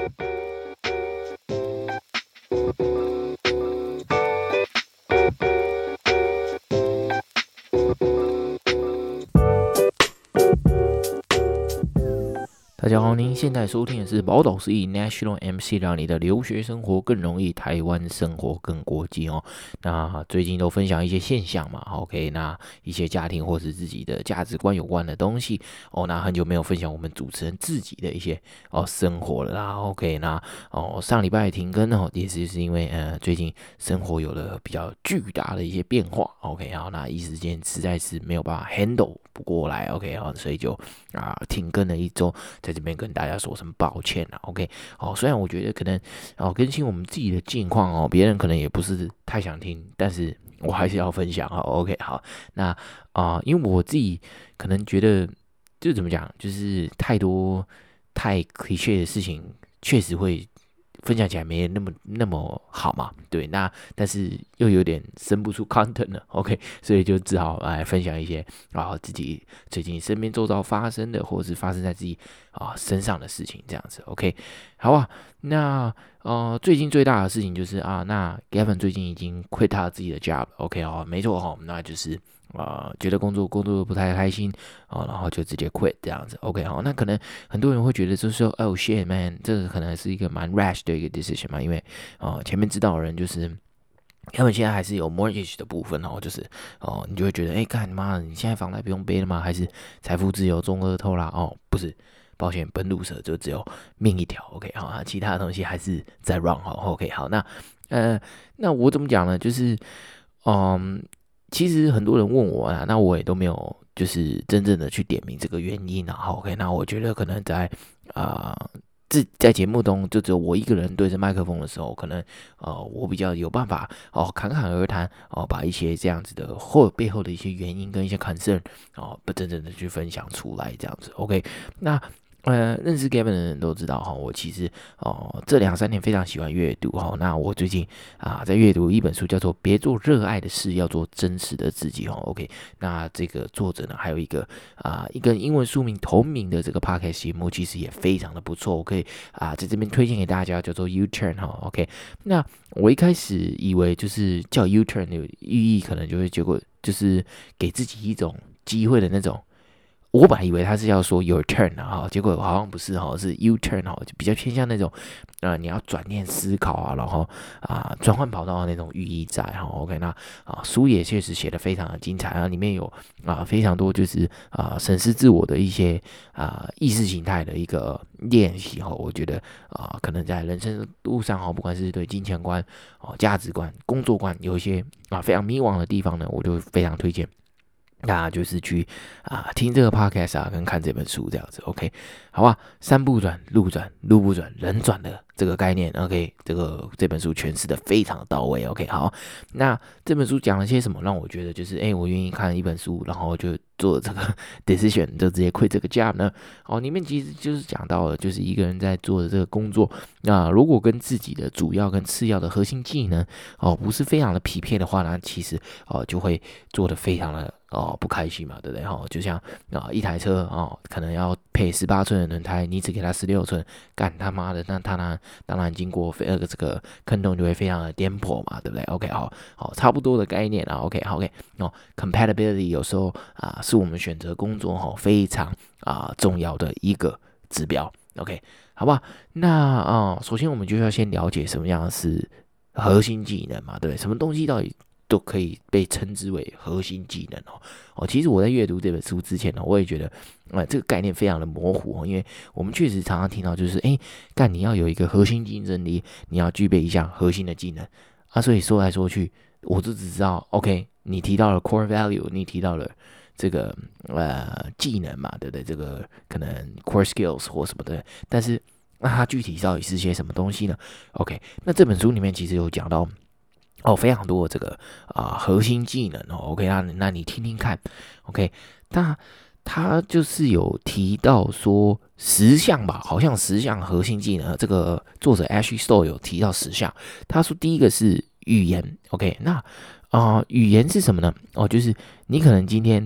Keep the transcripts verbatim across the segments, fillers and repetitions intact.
大家好，您现在收听的是宝岛之音 National M C， 让你的留学生活更容易，台湾生活更国际哦。那最近都分享一些现象嘛 ，OK， 那一些家庭或是自己的价值观有关的东西哦。那很久没有分享我们主持人自己的一些哦生活了啦 ，OK， 那哦上礼拜停更哦，也是是因为呃最近生活有了比较巨大的一些变化 ，OK， 好，那一时间实在是没有办法 handle 不过来 ，OK， 好，所以就啊停更了一周。在这边跟大家说声抱歉啦 ，OK， 哦，虽然我觉得可能哦更新我们自己的近况哦，别人可能也不是太想听，但是我还是要分享哈 ，OK， 好，那啊、呃，因为我自己可能觉得就怎么讲，就是太多太 cliché 的事情，确实会分享起来没那么那么好嘛，对，那但是又有点生不出 content 了 ，OK， 所以就只好来分享一些啊自己最近身边周遭发生的，或者是发生在自己啊身上的事情，这样子 ，OK， 好啊，那呃最近最大的事情就是啊，那 Gavin 最近已经 quit 他自己的 job，OK 哦，没错哈，那就是。呃，觉得工作工作不太开心哦，然后就直接 quit 这样子，OK 好，那可能很多人会觉得就是说，哦 shit man，这个可能是一个蛮 rash 的一个 decision 嘛，因为呃前面知道的人就是他们现在还是有 mortgage 的部分哦，就是哦你就会觉得，哎，干妈你现在房贷不用背了吗？还是财富自由中乐透啦？哦，不是。抱歉，本路蛇就只有命一条 ，OK 好啊，其他的东西还是在 run 好 ，OK 好，那呃，那我怎么讲呢？就是嗯。其实很多人问我啊，那我也都没有就是真正的去点明这个原因啊。OK，那我觉得可能在啊、呃，在节目中就只有我一个人对着麦克风的时候，可能呃我比较有办法哦侃侃而谈哦，把一些这样子的或背后的一些原因跟一些 concern 哦，不真正的去分享出来这样子。OK，那。呃，认识 Gavin 的人都知道哈，我其实哦这两三年非常喜欢阅读哈。那我最近啊在阅读一本书，叫做《别做热爱的事，要做真实的自己》哈。OK，那这个作者呢，还有一个啊一个英文书名同名的这个 podcast 节目，其实也非常的不错，我可以啊在这边推荐给大家，叫做 U Turn 哈。OK，那我一开始以为就是叫 U Turn 的寓意，可能就会结果就是给自己一种机会的那种。我本来以为他是要说 your turn 啊，结果好像不是哈，是 you turn 哈，就比较偏向那种，呃，你要转念思考啊，然后啊转换跑道的那种寓意在哈。OK，那啊书也确实写得非常的精彩啊，里面有啊非常多就是啊审视自我的一些啊意识形态的一个练习哈。我觉得啊可能在人生路上哈，不管是对金钱观、哦价值观、工作观有一些啊非常迷惘的地方呢，我就非常推荐。大家就是去啊听这个 podcast 啊，跟看这本书这样子 ，OK， 好吧？山不转路转，路不转人转的这个概念 ，OK， 这个这本书诠释的非常的到位 ，OK， 好，那这本书讲了些什么，让我觉得就是，哎，我愿意看一本书，然后就做这个 decision， 就直接 quit 这个 job 呢？哦，里面其实就是讲到了，就是一个人在做的这个工作，那如果跟自己的主要跟次要的核心技能哦不是非常的匹配的话呢，其实哦就会做的非常的。哦，不开心嘛，对不对？哈、哦，就像啊、哦，一台车哦，可能要配十八寸的轮胎，你只给它十六寸，干他妈的，那它呢，当然经过非那个这个坑洞就会非常的颠簸嘛，对不对 ？OK， 好，好，差不多的概念啊 ，OK， 好 ，OK， 哦 ，compatibility 有时候啊，是我们选择工作哈、哦、非常啊重要的一个指标 ，OK， 好吧？那啊、哦，首先我们就要先了解什么样是核心技能嘛，对不对？什么东西到底？都可以被称之为核心技能哦。哦，其实我在阅读这本书之前呢，我也觉得，呃，这个概念非常的模糊哦，因为我们确实常常听到，就是，哎，干你要有一个核心竞争力，你要具备一项核心的技能啊。所以说来说去，我就只知道 ，OK， 你提到了 core value， 你提到了这个呃技能嘛，对不对？这个可能 core skills 或什么的，但是那它具体到底是些什么东西呢 ？OK，那这本书里面其实有讲到。哦，非常多的这个啊、呃、核心技能哦 ，OK， 那那你听听看 ，OK， 那他就是有提到说十项吧，好像十项核心技能，这个作者 Ashley Stoll 有提到十项，他说第一个是语言 ，OK， 那啊、呃、语言是什么呢？哦，就是你可能今天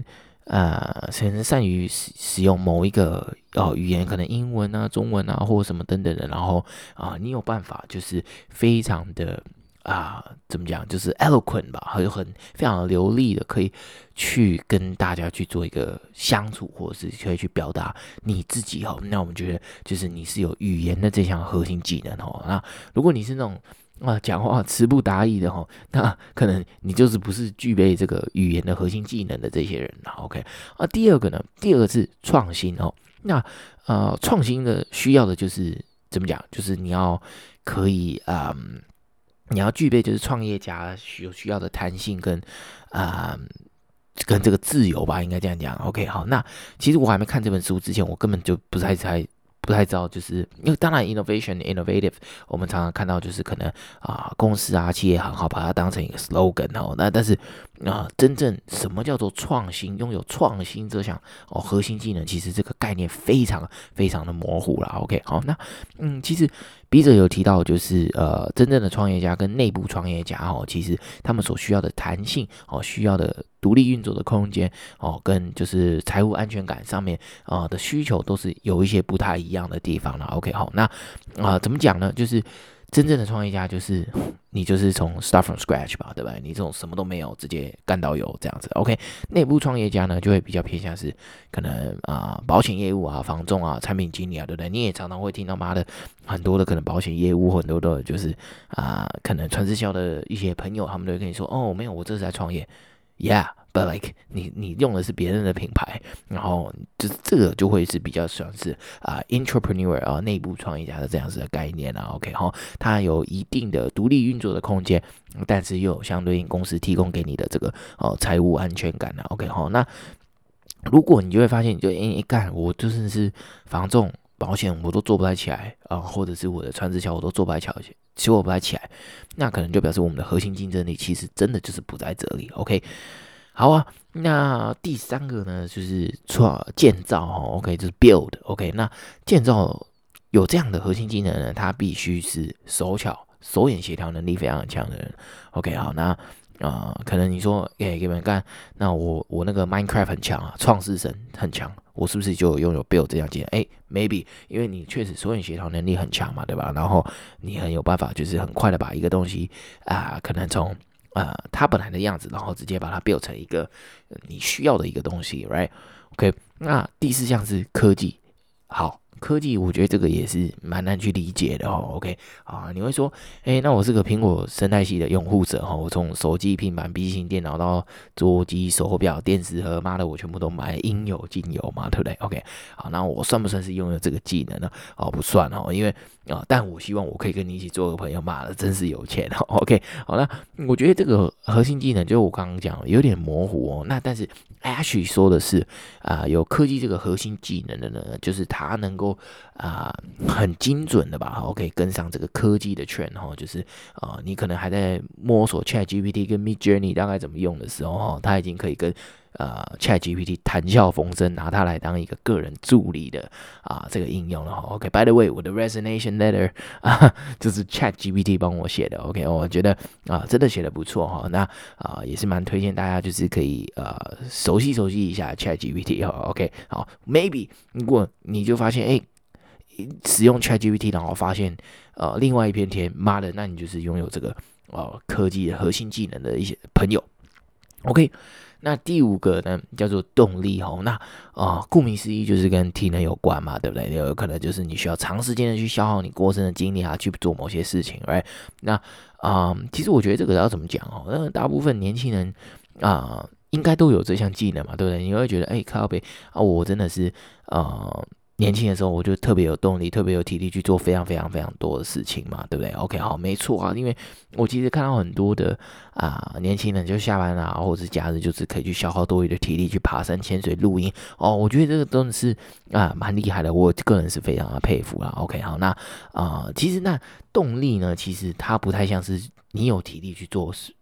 呃，可能善于使使用某一个呃语言，可能英文啊、中文啊，或者什么等等的，然后啊、呃，你有办法就是非常的啊、呃，怎么讲，就是 eloquent 吧，还有很非常流利的，可以去跟大家去做一个相处，或者是可以去表达你自己哈。那我们觉得就是你是有语言的这项核心技能哦。那如果你是那种啊，讲话词不达意的哈，那可能你就是不是具备这个语言的核心技能的这些人啦。OK，啊，第二个呢，第二个是创新哦。那呃，创新的需要的就是怎么讲？就是你要可以啊、嗯，你要具备就是创业家需需要的弹性跟啊。嗯跟这个自由吧，应该这样讲。OK，好，那其实我还没看这本书之前，我根本就不太猜。不太知道，就是因为当然 innovation innovative，我们常常看到就是可能啊、公司啊企业很好把它当成一个 slogan 哦，那但是啊、真正什么叫做创新，拥有创新这项哦核心技能，其实这个概念非常非常的模糊啦。OK，好，那嗯，其实笔者有提到，就是呃真正的创业家跟内部创业家哦，其实他们所需要的弹性哦，需要的独立运作的空间哦，跟就是财务安全感上面啊、呃、的需求都是有一些不太一样的地方了。OK， 好，那啊、呃、怎么讲呢？就是真正的创业家就是你就是从 start from scratch 吧，对吧？你这种什么都没有，直接干到有这样子。OK，内部创业家呢就会比较偏向是可能啊、呃、保险业务啊、房仲啊、产品经理啊，对不对？你也常常会听到妈的很多的可能保险业务，很多的就是啊、呃、可能传直销的一些朋友，他们都会跟你说，哦，没有，我这是在创业。Yeah，but like 你你用的是别人的品牌，然后就是这个就会是比较像是啊、呃、entrepreneur 啊、呃、内部创业家的这样子的概念啊。OK 哈，它有一定的独立运作的空间，但是又有相对应公司提供给你的这个哦财务安全感啊。OK 哈，那如果你就会发现，你就诶干，我就算是房仲保险我都做不太起来啊、呃，或者是我的传直销我都做不太起来，其实我不太起来，那可能就表示我们的核心竞争力其实真的就是不在这里。OK， 好啊，那第三个呢就是创建造哦 ，OK， 就是 build，OK， 那建造有这样的核心技能呢，它必须是手巧、手眼协调能力非常强的人。OK， 好，那呃，可能你说，给给你们干，那我我那个 Minecraft 很强啊，创世神很强，我是不是就拥有 build 这样技能？哎，maybe，因为你确实手眼协调能力很强嘛，对吧？然后你很有办法，就是很快的把一个东西啊、呃，可能从呃它本来的样子，然后直接把它 build 成一个你需要的一个东西 ，right？OK，、okay, 那第四项是科技，好。科技，我觉得这个也是蛮难去理解的哦。OK，啊，你会说，哎，那我是个苹果生态系的拥护者哈，我从手机、平板、笔记型电脑到桌机、手表、电视盒，妈的，我全部都买，应有尽有嘛，对不对 ？OK，好，那我算不算是拥有这个技能呢？哦，不算哦，因为啊、呃，但我希望我可以跟你一起做个朋友，妈的，真是有钱哦。OK，好，那我觉得这个核心技能，就是我刚刚讲有点模糊哦。那但是 Ashley 说的是啊、呃，有科技这个核心技能的呢，就是他能够啊、呃、很精准的吧 ，OK 跟上这个科技的 trend 哈，就是啊、呃、你可能还在摸索 ChatGPT 跟 Midjourney 大概怎么用的时候哈，他已经可以跟呃 ChatGPT 谈笑风生，拿它来当一个个人助理的啊、呃、这个应用了哈。OK，by、okay, the way， 我的 resignation letter 啊就是 ChatGPT 帮我写的。OK， 我觉得啊、呃、真的写的不错哈。那啊、呃、也是蛮推荐大家就是可以呃熟悉熟悉一下 ChatGPT 哈。OK， 好 ，maybe 如果你就发现哎。使用 ChatGPT， 然后发现呃另外一片天，妈的，那你就是拥有这个呃科技的核心技能的一些朋友。OK， 那第五个呢叫做动力哈，那啊、呃、顾名思义就是跟体能有关嘛，对不对？有可能就是你需要长时间的去消耗你过剩的精力啊，去做某些事情，right？ 那啊、呃、其实我觉得这个要怎么讲哦？那大部分年轻人啊、呃、应该都有这项技能嘛，对不对？你会觉得哎靠北啊，我真的是呃。年轻的时候，我就特别有动力，特别有体力去做非常非常非常多的事情嘛，对不对 ？OK， 好，没错啊，因为我其实看到很多的啊、呃、年轻人，就下班啊，或者是假日，就是可以去消耗多余的体力去爬山、潜水、露营哦。我觉得这个真的是啊蛮厉害的，我个人是非常的佩服啦。OK， 好，那啊、呃、其实那动力呢，其实它不太像是你有体力去做事。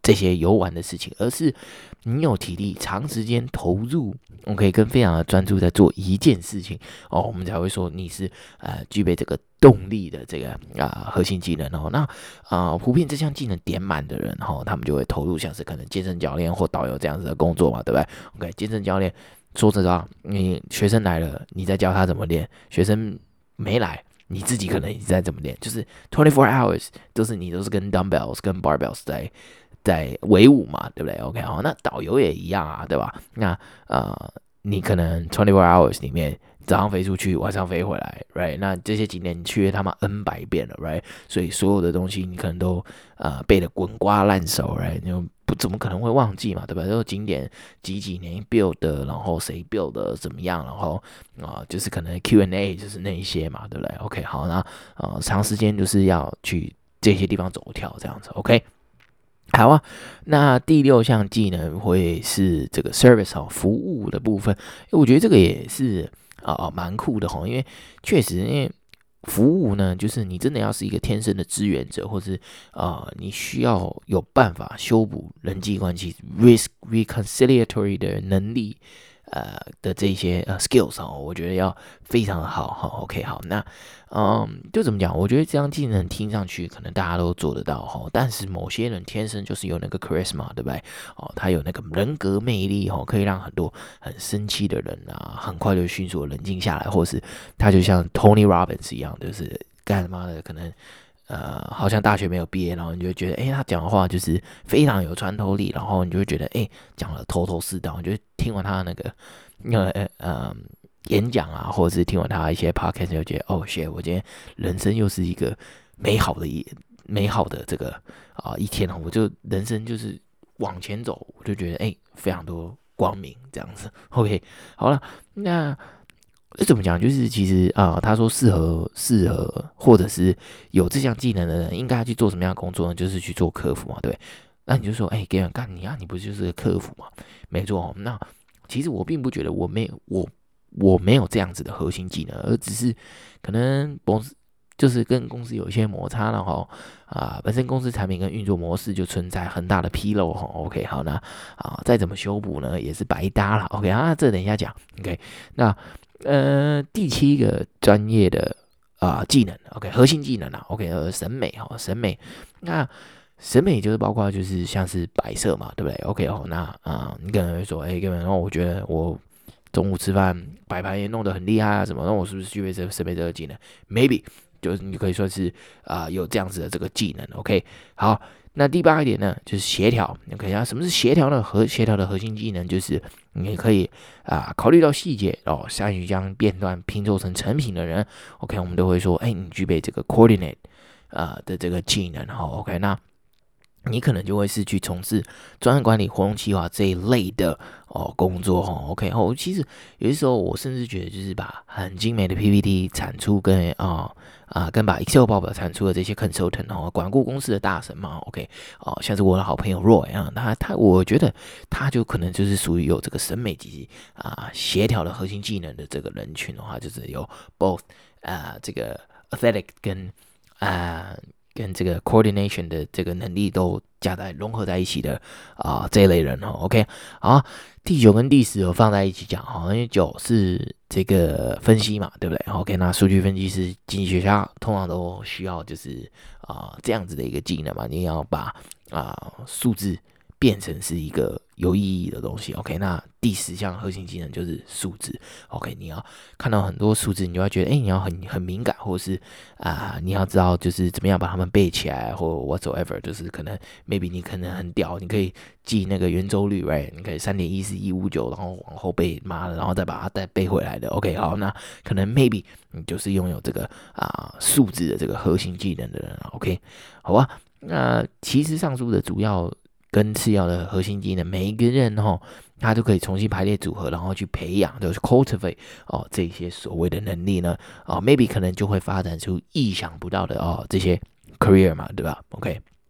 这些游玩的事情，而是你有体力长时间投入 ，OK， 跟非常的专注在做一件事情哦，我们才会说你是呃具备这个动力的这个啊、呃、核心技能哦。那啊、呃、普遍这项技能点满的人哈、哦，他们就会投入像是可能健身教练或导游这样子的工作嘛，对不对 ？OK， 健身教练说真的，你学生来了，你在教他怎么练；学生没来，你自己可能也在怎么练，就是 twenty-four hours 都是你都是跟 dumbbells 跟 barbells 在。在围舞嘛，对不对 ？OK， 好，那导游也一样啊，对吧？那呃，你可能 twenty-four hours 里面早上飞出去，晚上飞回来 ，right？ 那这些景点你去了他妈 N 百遍了 ，right？ 所以所有的东西你可能都呃背得滚瓜烂熟 ，right？ 你不怎么可能会忘记嘛，对吧？这个景点几几年 build 的，然后谁 build 的怎么样，然后啊、呃，就是可能 Q and A 就是那一些嘛，对不对 ？OK， 好，那呃长时间就是要去这些地方走跳这样子 ，OK。好啊，那第六项技能会是这个 service 哦，服务的部分。我觉得这个也是啊蛮酷的哈，因为确实，因为服务呢，就是你真的要是一个天生的支援者，或是呃你需要有办法修补人际关系 risk reconciliatory 的能力。呃的这些呃 skills 哦，我觉得要非常的好哈。OK， 好，那嗯，就怎么讲？我觉得这项技能听上去可能大家都做得到哈，但是某些人天生就是有那个 charisma， 对不对？哦，他有那个人格魅力哈，可以让很多很生气的人啊，很快就迅速的冷静下来，或是他就像 Tony Robbins 一样，就是干妈的可能。呃，好像大学没有毕业，然后你就会觉得，哎、欸，他讲的话就是非常有穿透力，然后你就会觉得，哎、欸，讲了头头是道，你就听完他的那个，呃呃演讲啊，或者是听完他一些 podcast， 就觉得，哦，shit，我今天人生又是一个美好的一美好的这个啊、呃、一天哦，我就人生就是往前走，我就觉得，哎、欸，非常多光明这样子。OK， 好了，那。怎么讲？就是其实啊、呃，他说适合适合，或者是有这项技能的人，应该去做什么样的工作呢？就是去做客服嘛，对。那你就说，哎、欸，给人干你啊，你不就是个客服嘛？没错。那其实我并不觉得我没我我没有这样子的核心技能，而只是可能公司就是跟公司有一些摩擦了哈啊，本身公司产品跟运作模式就存在很大的纰漏哈。OK， 好，那啊再怎么修补呢，也是白搭了。OK 啊，这等一下讲。OK， 那。呃，第七个专业的啊、呃、技能 ，OK， 核心技能啊 ，OK， 呃，审美哈，审美，那审美就是包括就是像是摆设嘛，对不对 ？OK 哦，那啊、呃，你可能会说，哎、欸，根本，然后我觉得我中午吃饭摆盘也弄得很厉害啊，什么，那我是不是具备这个审美这个技能 ？Maybe， 就是你可以说是啊、呃、有这样子的这个技能 ，OK， 好。那第八一点呢，就是协调。你可以看什么是协调呢？核协调的核心技能就是你可以啊、呃、考虑到细节哦，善于将片段拼凑成成品的人。OK， 我们都会说，哎，你具备这个 coordinate 啊、呃、的这个技能。好 ，OK， 那你可能就会是去从事专案管理、活动计划这一类的哦工作。哦 OK， 哦，其实有些时候我甚至觉得，就是把很精美的 P P T 产出跟啊。呃啊，跟把 Excel 报表产出的这些 consultant 哦，管顾公司的大神嘛 ，OK， 哦，像是我的好朋友 Roy 啊，他他，我觉得他就可能就是属于有这个审美及啊协调的核心技能的这个人群的话，就是有 both 啊这个 aesthetic 跟啊跟这个 coordination 的这个能力都加在融合在一起的啊这一类人哦 ，OK， 好。第九跟第十有放在一起讲哈，因为九是这个分析嘛，对不对 ？OK， 那数据分析师经济学家通常都需要就是啊、呃、这样子的一个技能嘛，你要把啊、呃、数字变成是一个有意义的东西。OK， 那第十项核心技能就是数字。OK， 你要看到很多数字，你就要觉得，哎，你要很很敏感，或者是啊、呃，你要知道就是怎么样把它们背起来，或 whatsoever， 就是可能 maybe 你可能很屌，你可以记那个圆周率 ，right？ 你可以三点一四一五九，然后往后背，妈的，然后再把它再背回来的。OK， 好，那可能 maybe 你就是拥有这个啊、呃、数字的这个核心技能的人。OK， 好吧，那其实上述的主要跟次要的核心技能，每一个人哈，他都可以重新排列组合，然后去培养，就是 cultivate 哦这些所谓的能力呢，哦 maybe 可能就会发展出意想不到的哦这些 career 嘛，对吧 ？OK，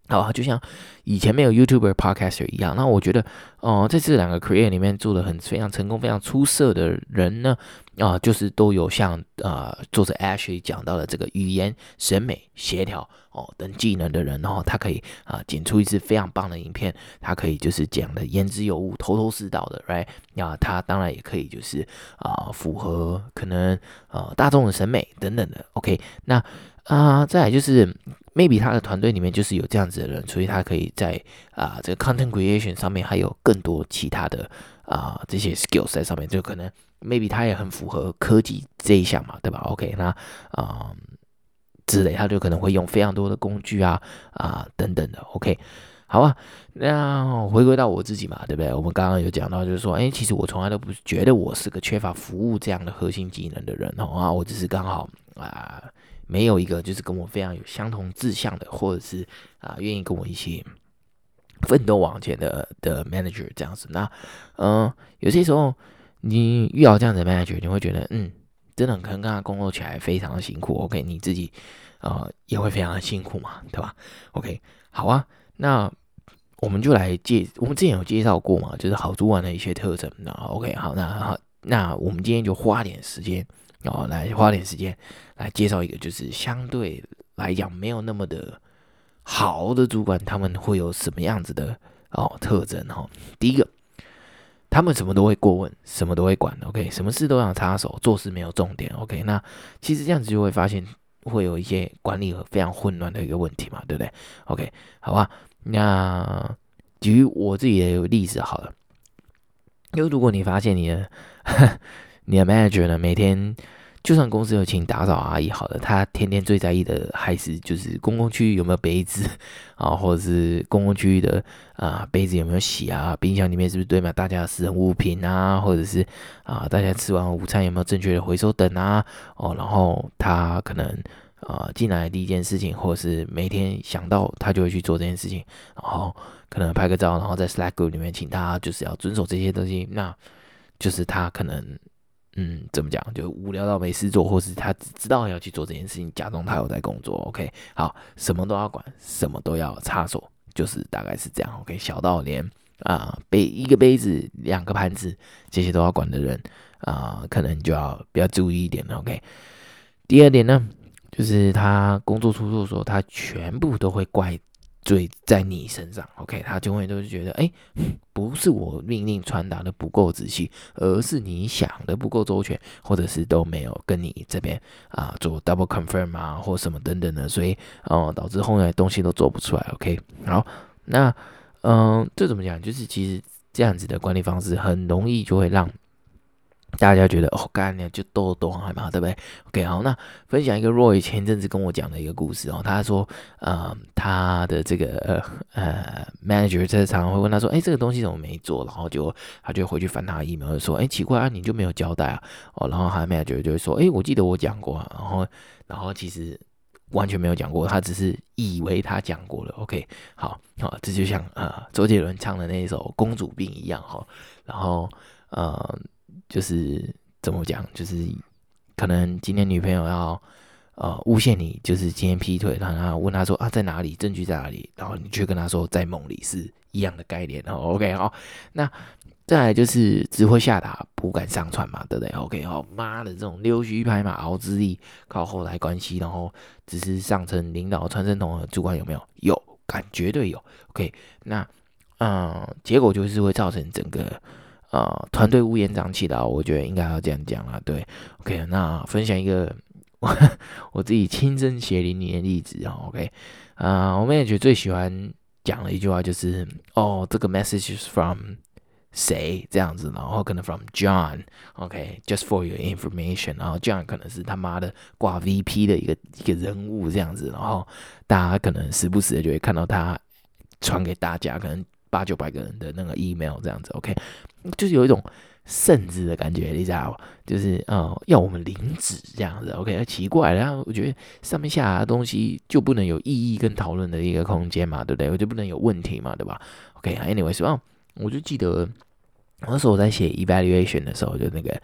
好，就像以前没有 YouTuber、Podcaster 一样，那我觉得，哦、呃，在这两个 creator 里面做的很非常成功、非常出色的人呢，啊、呃，就是都有像啊、呃、作者 Ashley 讲到的这个语言、审美、协调哦等技能的人，然后他可以啊、呃、剪出一支非常棒的影片，他可以就是讲的言之有物、头头是道的 ，right？那他当然也可以就是啊、呃、符合可能呃大众的审美等等的 ，OK？那啊、呃，再来就是。maybe 他的团队里面就是有这样子的人，所以他可以在啊、呃、这个 content creation 上面还有更多其他的啊、呃、这些 skills 在上面，就可能 maybe 他也很符合科技这一项嘛，对吧 ？OK， 那啊、呃、之类，他就可能会用非常多的工具啊啊、呃、等等的 OK。好啊，那回归到我自己嘛，对不对？我们刚刚有讲到，就是说，哎，其实我从来都不觉得我是个缺乏服务这样的核心技能的人哦啊，我只是刚好啊。呃没有一个就是跟我非常有相同志向的，或者是啊愿意跟我一起奋斗往前的的 manager 这样子。那嗯、呃，有些时候你遇到这样的 manager， 你会觉得嗯，真的可能跟他工作起来非常的辛苦。OK， 你自己呃也会非常的辛苦嘛，对吧 ？OK， 好啊，那我们就来介，我们之前有介绍过嘛，就是好主管的一些特征。那 OK， 好，那好，那我们今天就花点时间。哦，来花点时间来介绍一个，就是相对来讲没有那么的好的主管，他们会有什么样子的哦特征哦？第一个，他们什么都会过问，什么都会管 ，OK， 什么事都想插手，做事没有重点 ，OK。那其实这样子就会发现会有一些管理非常混乱的一个问题嘛，对不对 ？OK， 好吧。那举我自己的例子好了，因为如果你发现你的你的 manager 呢，每天就算公司有请打扫阿姨好了，他天天最在意的还是就是公共区域有没有杯子啊，或者是公共区域的啊杯子有没有洗啊，冰箱里面是不是堆满大家的私人物品啊，或者是啊大家吃完午餐有没有正确的回收等啊，哦，然后他可能啊进来的第一件事情，或者是每天想到他就会去做这件事情，然后可能拍个照，然后在 Slack group 里面请大家就是要遵守这些东西，那就是他可能。嗯，怎么讲？就无聊到没事做，或是他只知道要去做这件事情，假装他有在工作。OK， 好，什么都要管，什么都要插手，就是大概是这样。OK， 小到连啊、呃、杯一个杯子、两个盘子这些都要管的人啊、呃，可能就要比较注意一点了。OK， 第二点呢，就是他工作出错的时候，他全部都会怪。罪在你身上 ，OK， 他永远都是觉得，哎，不是我命令传达的不够仔细，而是你想的不够周全，或者是都没有跟你这边啊做 double confirm 啊，或什么等等的，所以哦、呃，导致后来东西都做不出来 ，OK， 好，那嗯、呃，这怎么讲？就是其实这样子的管理方式很容易就会让。大家觉得哦，干你就逗逗还嘛，对不对 ？OK， 好，那分享一个 Roy 前阵子跟我讲的一个故事哦。他说，呃，他的这个呃呃 manager 在常常会问他说，哎，这个东西怎么没做？然后就他就回去翻他的 email，就说，哎，奇怪啊，你就没有交代啊？哦，然后他的 manager 就会说，哎，我记得我讲过啊，然后然后其实完全没有讲过，他只是以为他讲过了。OK， 好，好，这就像呃周杰伦唱的那一首《公主病》一样哈，然后呃。就是怎么讲，就是可能今天女朋友要呃诬陷你，就是今天劈腿，然后问他说啊在哪里，证据在哪里，然后你却跟他说在梦里，是一样的概念哦。OK 好，那再来就是只会下达不敢上传嘛，对不对 ？OK 好，妈的这种溜须拍马、熬资历、靠后台关系，然后只是上层领导传声筒的主管有没有？有，感绝对有。OK 那嗯、呃，结果就是会造成整个。呃，团队乌烟瘴气的、哦，我觉得应该要这样讲啊。对 ，OK， 那分享一个我我自己亲身血淋淋的例子啊、哦。OK， 啊、呃，我们也觉得最喜欢讲的一句话就是，哦，这个 message is from 谁这样子，然后可能 from John，OK，just、okay, for your information， 然后 John 可能是他妈的挂 V P 的一个一个人物这样子，然后大家可能时不时的就会看到他传给大家，可能。八九百个人的那个 email 这样子 ，OK， 就是有一种圣旨的感觉，你知道吗？就是呃要我们领旨这样子 ，OK， 奇怪，然后我觉得上面下达的东西就不能有意义跟讨论的一个空间嘛，对不对？我就不能有问题嘛，对吧 ？OK，anyway，、okay, 哦，我就记得那时候我在写 evaluation 的时候，就那个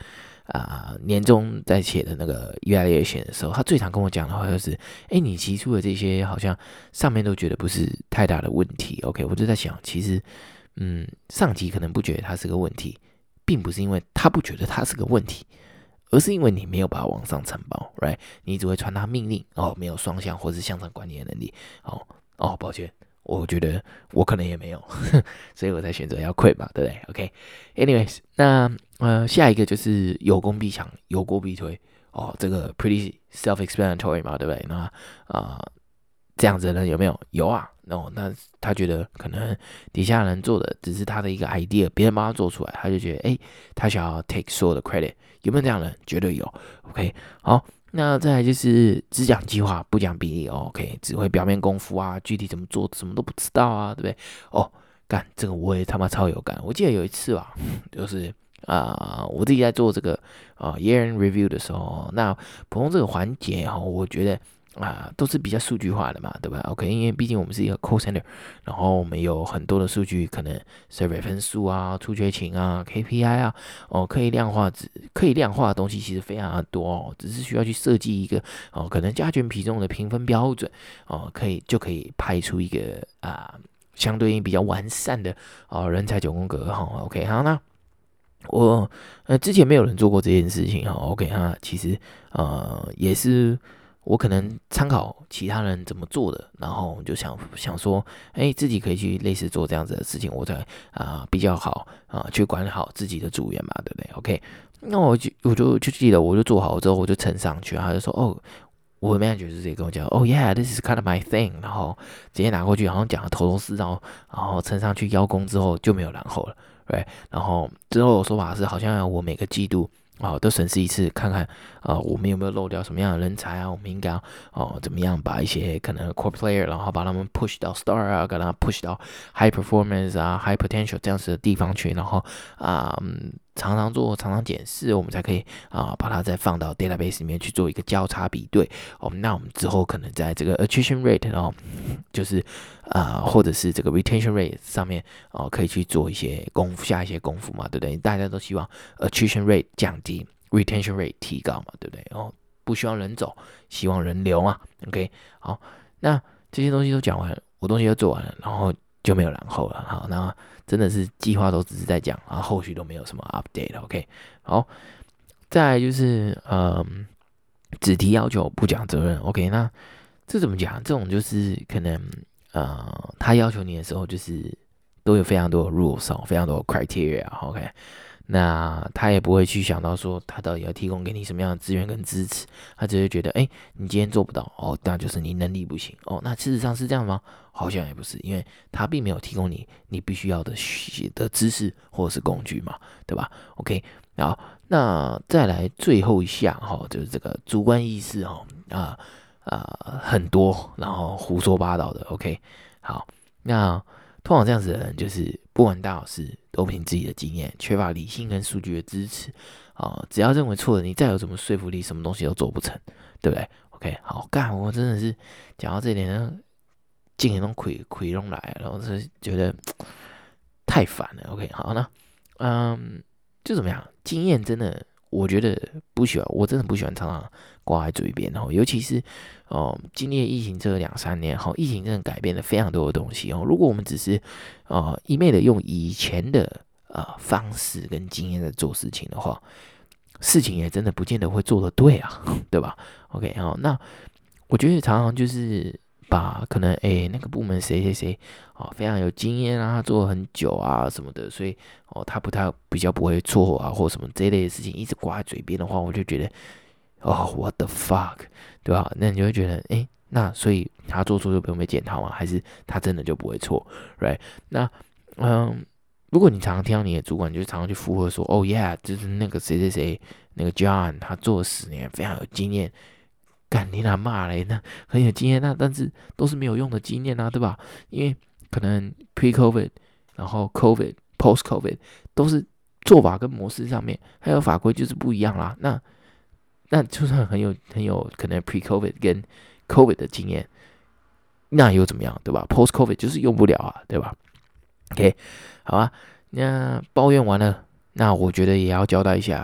啊、呃、年终在写的那个 evaluation 的时候，他最常跟我讲的话就是，哎，你提出的这些好像上面都觉得不是太大的问题。OK， 我就在想，其实，嗯，上级可能不觉得它是个问题，并不是因为他不觉得它是个问题，而是因为你没有把它往上承包 ，right？ 你只会传达命令，哦，没有双向或是向上管理的能力，哦哦，抱歉。我觉得我可能也没有，所以我才选择要 quit 嘛，对不对 ？OK，anyways，、okay. 那呃下一个就是有功必强，有过必推哦，这个 pretty self-explanatory 嘛，对不对？那啊、呃、这样子的人有没有？有啊，哦，那他觉得可能底下人做的只是他的一个 idea， 别人帮他做出来，他就觉得哎，他想要 take 所有的 credit， 有没有这样的人？绝对有。OK， 好。那再来就是只讲计划不讲比例、哦、，OK， 只会表面功夫啊，具体怎么做什么都不知道啊，对不对？哦，干这个我也他妈超有感。我记得有一次吧，就是啊、呃，我自己在做这个啊、呃、year end review 的时候，那普通这个环节哈、哦，我觉得啊、都是比较数据化的嘛，对吧 ？OK， 因为毕竟我们是一个 call center， 然后我们有很多的数据，可能 survey 分数啊、出缺勤啊、K P I 啊，哦，可以量化，可以量化的东西其实非常的多哦，只是需要去设计一个哦，可能加权比重的评分标准哦，可以就可以拍出一个啊、相对应比较完善的哦人才九宫格哈、哦。OK， 好，那我呃之前没有人做过这件事情哈、哦。OK， 哈，其实呃也是。我可能参考其他人怎么做的，然后就想想说，哎，自己可以去类似做这样子的事情，我才啊、呃、比较好啊、呃、去管好自己的组员嘛，对不对 ？OK， 那我就我就就记得，我就做好之后，我就呈上去，他就说，哦，我的 manager 就直接跟我讲，哦 ，yeah，this is kind of my thing， 然后直接拿过去，好像讲的头头是道，然后呈上去邀功之后就没有然后了，对，然后之后的说法是，好像我每个季度。哦，都审视一次，看看啊、呃，我们有没有漏掉什么样的人才啊？我们应该哦，怎么样把一些可能 core player， 然后把他们 push 到 star 啊，给他 push 到 high performance 啊、high potential 这样子的地方去，然后啊、嗯，常常做、常常检视，我们才可以啊，把它再放到 database 里面去做一个交叉比对。哦，那我们之后可能在这个 attrition rate， 然后就是啊、呃，或者是这个 retention rate 上面哦，可以去做一些功夫，下一些功夫嘛，对不对？大家都希望 attrition rate 降低 ，retention rate 提高嘛，对不对？哦，不希望人走，希望人留嘛。OK， 好，那这些东西都讲完了，我东西都做完了，然后就没有然后了。好，那真的是计划都只是在讲，然后后续都没有什么 update。OK， 好，再来就是嗯，只提要求不讲责任。OK， 那这怎么讲？这种就是可能呃，他要求你的时候，就是都有非常多的 rules 哦，非常多的 criteria。OK，那他也不会去想到说他到底要提供给你什么样的资源跟支持，他只会觉得，哎、欸，你今天做不到哦，那就是你能力不行哦。那事实上是这样吗？好像也不是，因为他并没有提供你你必须要的的知识或者是工具嘛，对吧 ？OK， 好，那再来最后一项哈、哦，就是这个主观意识哈啊啊很多，然后胡说八道的。OK， 好，那。通常这样子的人，就是不管大小事都凭自己的经验，缺乏理性跟数据的支持啊、呃。只要认为错了，你再有什么说服力，什么东西都做不成，对不对 ？OK， 好干，我真的是讲到这点，劲都亏亏拢来，然后是觉得太烦了。OK，好，那嗯，就怎么样？经验真的，我觉得不喜欢，我真的不喜欢常常挂在嘴边，然后尤其是哦，经历疫情这两三年，哈，疫情真的改变了非常多的东西哦。如果我们只是呃一昧的用以前的呃方式跟经验在做事情的话，事情也真的不见得会做得对啊，对吧 ？OK， 好，那我觉得常常就是把可能诶那个部门谁谁谁哦非常有经验啊，他做了很久啊什么的，所以哦他不太比较不会错啊或什么这一类的事情一直挂在嘴边的话，我就觉得。哦、oh, ，what the fuck， 对吧？那你就会觉得，哎，那所以他做错就不用被检讨吗？还是他真的就不会错 ，right？那，嗯，如果你常常听到你的主管，就常常去附和说，哦、oh,，yeah， 就是那个谁谁谁，那个 John， 他做了十年，非常有经验，干你哪骂嘞？那很有经验，那但是都是没有用的经验啊，对吧？因为可能 pre-COVID， 然后 COVID、post-COVID 都是做法跟模式上面还有法规就是不一样啦，那。那就算很有很有可能 pre-COVID 跟 COVID 的经验，那又怎么样，对吧 ？post-COVID 就是用不了啊，对吧 ？OK， 好啊，那抱怨完了，那我觉得也要交代一下，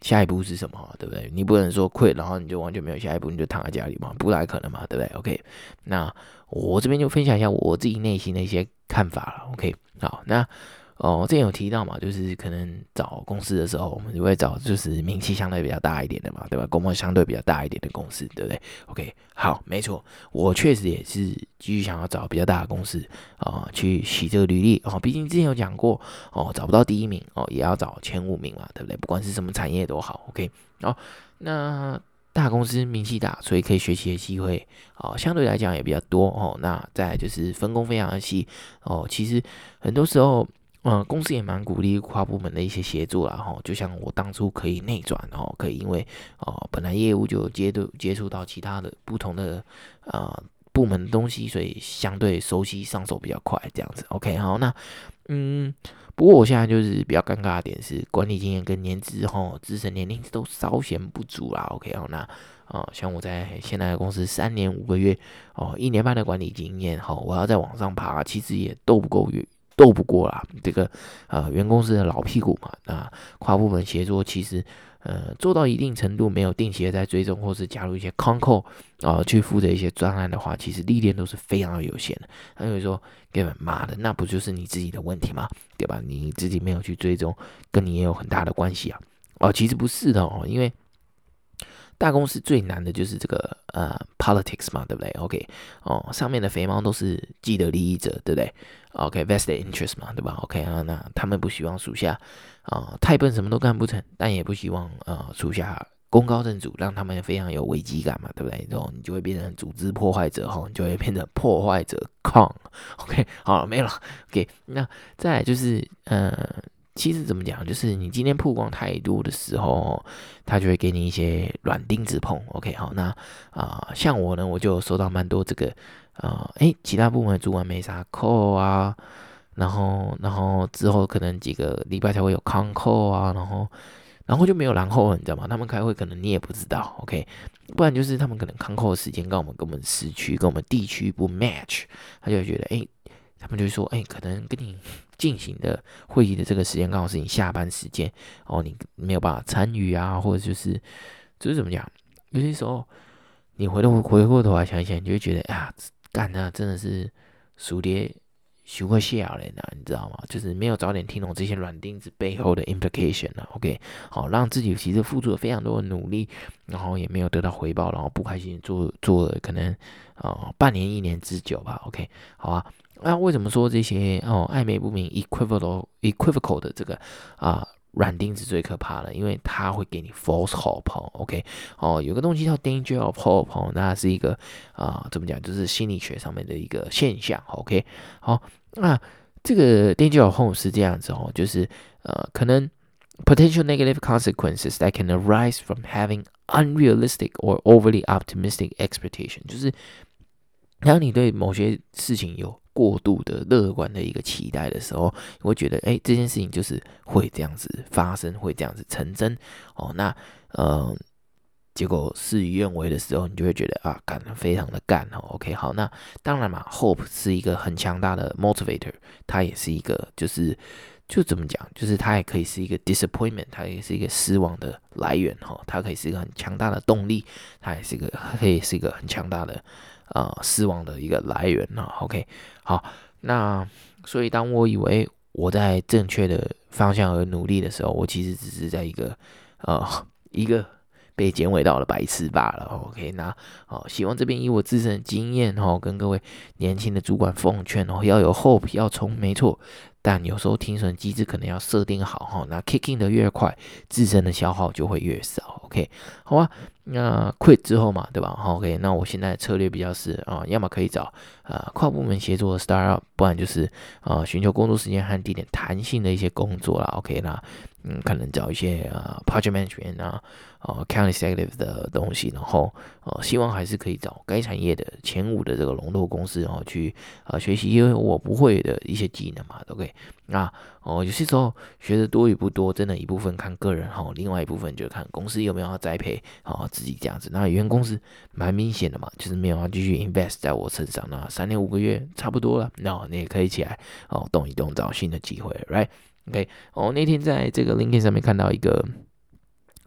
下一步是什么，对不对？你不能说 quit，然后你就完全没有下一步，你就躺在家里嘛，不太可能嘛，对不对 ？OK， 那我这边就分享一下我自己内心的一些看法了。OK， 好，那哦，我之前有提到嘛，就是可能找公司的时候，我们就会找就是名气相对比较大一点的嘛，对吧？规模相对比较大一点的公司，对不对 ？OK， 好，没错，我确实也是继续想要找比较大的公司啊、呃，去洗这个履历哦。毕竟之前有讲过哦，找不到第一名哦，也要找前五名嘛，对不对？不管是什么产业都好 ，OK。好，那大公司名气大，所以可以学习的机会哦，相对来讲也比较多哦。那再来就是分工非常的细哦，其实很多时候。嗯，公司也蛮鼓励跨部门的一些协作啦，哈，就像我当初可以内转，哦，可以因为哦本来业务就接触接触到其他的不同的呃部门的东西，所以相对熟悉上手比较快，这样子。OK， 好，那嗯，不过我现在就是比较尴尬的点是管理经验跟年资哈资深年龄都稍显不足啦。OK， 好，那啊、呃，像我在现在的公司三年五个月哦，一年半的管理经验，哈，我要再往上爬，其实也斗不够远。斗不过啦，这个呃原公司的老屁股嘛，那跨部门协作其实呃做到一定程度，没有定期的在追踪或是加入一些 concall 啊、呃、去负责一些专案的话，其实历练都是非常的有限的。那有人说，根本妈的，那不就是你自己的问题吗？对吧？你自己没有去追踪，跟你也有很大的关系啊。哦，其实不是的哦，因为大公司最难的就是这个呃 politics 嘛，对不对 ？OK， 哦，上面的肥猫都是既得利益者，对不对 ？OK，vested interest 嘛，对吧 ？OK 啊，那他们不希望属下啊、呃、太笨，什么都干不成，但也不希望呃属下功高震主，让他们非常有危机感嘛，对不对？然后你就会变成组织破坏者，哈，你就会变成破坏者抗。OK， 好了，没了。OK， 那再来就是呃。其实怎么讲，就是你今天曝光太多的时候，他就会给你一些软钉子碰。OK， 好，那啊、呃，像我呢，我就收到蛮多这个啊，哎、呃，其他部门的主管没啥扣啊，然后然后之后可能几个礼拜才会有康扣啊，然后然后就没有然后了，你知道吗？他们开会可能你也不知道 ，OK， 不然就是他们可能康扣的时间跟我们跟我们时区跟我们地区不 match， 他就会觉得哎。诶他们就会说，哎、欸，可能跟你进行的会议的这个时间刚好是你下班时间，哦，你没有办法参与啊，或者就是就是怎么讲？有些时候你回头回过头来想一想，你就会觉得，啊，干啊，真的是熟蝶修个下人啊，你知道吗？就是没有早点听懂这些软钉子背后的 implication 啊 OK， 好，让自己其实付出了非常多的努力，然后也没有得到回报，然后不开心做做了可能呃半年一年之久吧。OK， 好啊。那为什么说这些哦暧昧不明 equivocal equivocal 的这个啊软钉子最可怕了？因为它会给你 false hope 哦 OK 哦，有个东西叫 danger of hope 哦，那是一个啊怎么讲，就是心理学上面的一个现象 OK 好，那这个 danger of hope 是这样子哦，就是呃可能 potential negative consequences that can arise from having unrealistic or overly optimistic expectation， 就是当你对某些事情有过度的乐观的一个期待的时候，你会觉得，哎、欸，这件事情就是会这样子发生，会这样子成真哦。那呃，结果事与愿违的时候，你就会觉得啊，干非常的干哦。OK， 好，那当然嘛 ，hope 是一个很强大的 motivator， 它也是一个就是就怎么讲，就是它也可以是一个 disappointment， 它也是一个失望的来源哈，它可以是一个很强大的动力，它也是一个可以是一个很强大的。呃，失望的一个来源啊 OK， 好，那所以当我以为我在正确的方向而努力的时候，我其实只是在一个呃一个被剪尾到的白痴罢了。OK， 那哦，希望这边以我自身的经验哦，跟各位年轻的主管奉劝哦，要有 hope， 要冲，没错。但有时候停损机制可能要设定好哈，那 kicking 的越快，自身的消耗就会越少。OK， 好啊。那 quit 之后嘛，对吧？好 ，OK， 那我现在的策略比较是啊、呃，要么可以找呃跨部门协作的 startup， 不然就是呃寻求工作时间和地点弹性的一些工作啦。OK， 那嗯，可能找一些呃 project management 啊，呃 account executive 的东西，然后呃希望还是可以找该产业的前五的这个龙头公司，然后去呃学习，因为我不会的一些技能嘛。OK， 那哦、呃、有些时候学的多与不多，真的一部分看个人哈、哦，另外一部分就看公司有没有要栽培哦。自己这样子，那原公司蛮明显的嘛，就是没有要继续 invest 在我身上，那三年五个月差不多了，那你也可以起来哦动一动，找新的机会 ，right？OK， 哦，那天在这个 LinkedIn 上面看到一个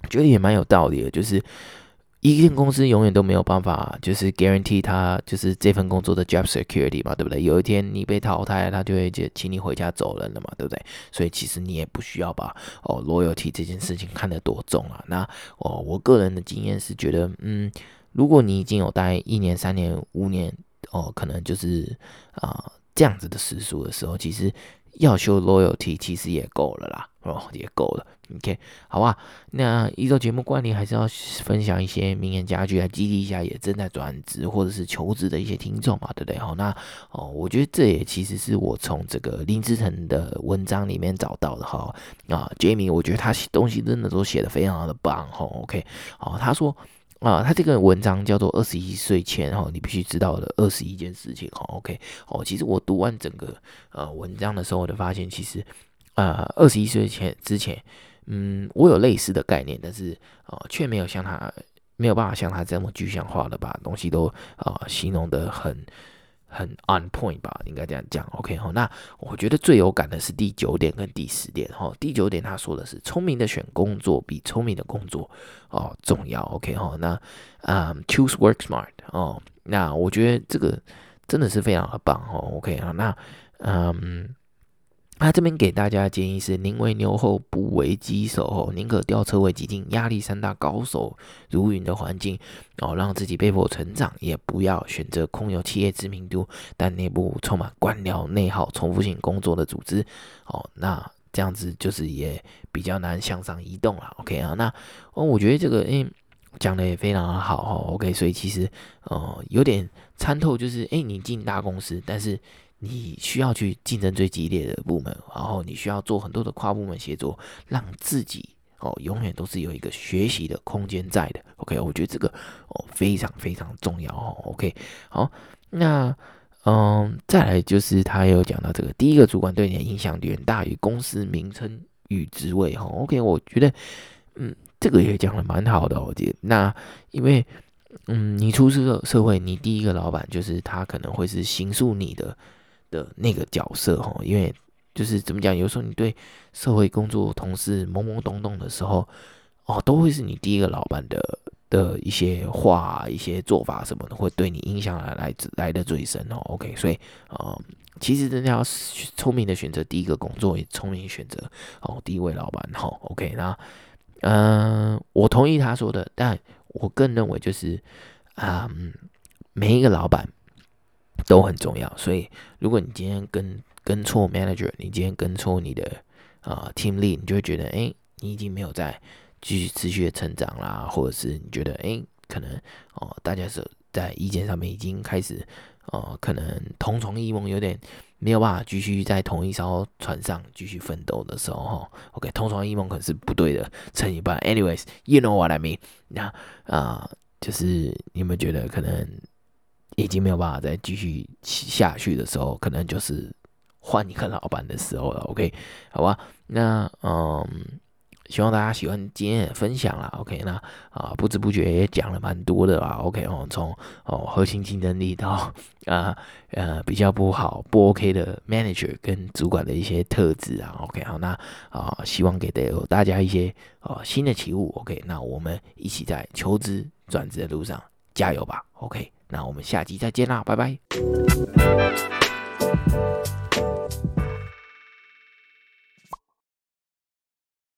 觉得也蛮有道理的，就是一间公司永远都没有办法，就是 guarantee 他就是这份工作的 job security 嘛，对不对？有一天你被淘汰了，他就会请你回家走人了嘛，对不对？所以其实你也不需要把哦 loyalty 这件事情看得多重啊。那哦，我个人的经验是觉得，嗯，如果你已经有待一年、三年、五年，哦，可能就是啊、呃、这样子的时数的时候，其实要修 loyalty 其实也够了啦，哦，也够了。OK， 好吧，那依照节目惯例，还是要分享一些名言佳句来激励一下也正在转职或者是求职的一些听众嘛，对不对？好，那哦，我觉得这也其实是我从这个林志腾的文章里面找到的哈。啊 ，Jamie， 我觉得他写东西真的都写得非常的棒哈。OK， 哦，他说。啊，他这个文章叫做二十一岁前哈，你必须知道的二十一件事情哈。OK， 哦，其实我读完整个呃文章的时候，我就发现其实呃二十一岁前之前。嗯，我有类似的概念，但是呃，却没有像他没有办法像他这么具象化的把东西都呃形容的很很 on point 吧，应该这样讲。OK 哈，那我觉得最有感的是第九点跟第十点哈。第九点他说的是聪明的选工作比聪明的工作哦重要。OK 哈，那啊、嗯、choose work smart 哦，那我觉得这个真的是非常的棒哦。OK 啊，那嗯。他这边给大家的建议是：宁为牛后，不为鸡首，宁可吊车尾挤进压力山大、高手如云的环境，哦，让自己被迫成长，也不要选择空有企业知名度但内部充满官僚内耗、重复性工作的组织，哦，那这样子就是也比较难向上移动了。OK 啊，那哦，我觉得这个诶讲的也非常的好哦。OK，所以其实呃有点参透，就是诶你进大公司，但是你需要去竞争最激烈的部门，然后你需要做很多的跨部门协作，让自己哦永远都是有一个学习的空间在的。OK， 我觉得这个哦非常非常重要哦。OK， 好，那嗯再来就是他有讲到这个第一个主管对你的影响远大于公司名称与职位哈。OK， 我觉得嗯这个也讲的蛮好的，我觉得那因为嗯你出社社会，你第一个老板就是他可能会是形塑你的。的那个角色哈，因为就是怎么讲，有时候你对社会工作同事懵懵懂懂的时候，哦，都会是你第一个老板的的一些话、一些做法什么的，会对你影响来来来的最深哦。OK，所以呃，其实真的要聪明的选择第一个工作，也聪明选择哦第一位老板哈。OK，那嗯、呃，我同意他说的，但我更认为就是啊、嗯，每一个老板。都很重要，所以如果你今天跟跟错 manager， 你今天跟错你的呃 team lead， 你就会觉得，哎，你已经没有在继续持续的成长啦，或者是你觉得，哎，可能哦、呃，大家是在意见上面已经开始，呃，可能同床异梦，有点没有办法继续在同一艘船上继续奋斗的时候，哈 ，OK， 同床异梦可能是不对的成语吧。Anyways，you know what I mean？ 那啊、呃，就是你们觉得可能。已经没有办法再继续下去的时候，可能就是换一个老板的时候了。OK， 好吧，那嗯，希望大家喜欢今天的分享啦。OK，那啊不知不觉也讲了蛮多的啦。OK 哦，从哦核心竞争力到啊呃比较不好不 OK 的 manager 跟主管的一些特质啊。OK，好，那啊希望给的大家一些啊新的启悟。OK，那我们一起在求职转职的路上加油吧。OK。那我们下集再见啦，拜拜。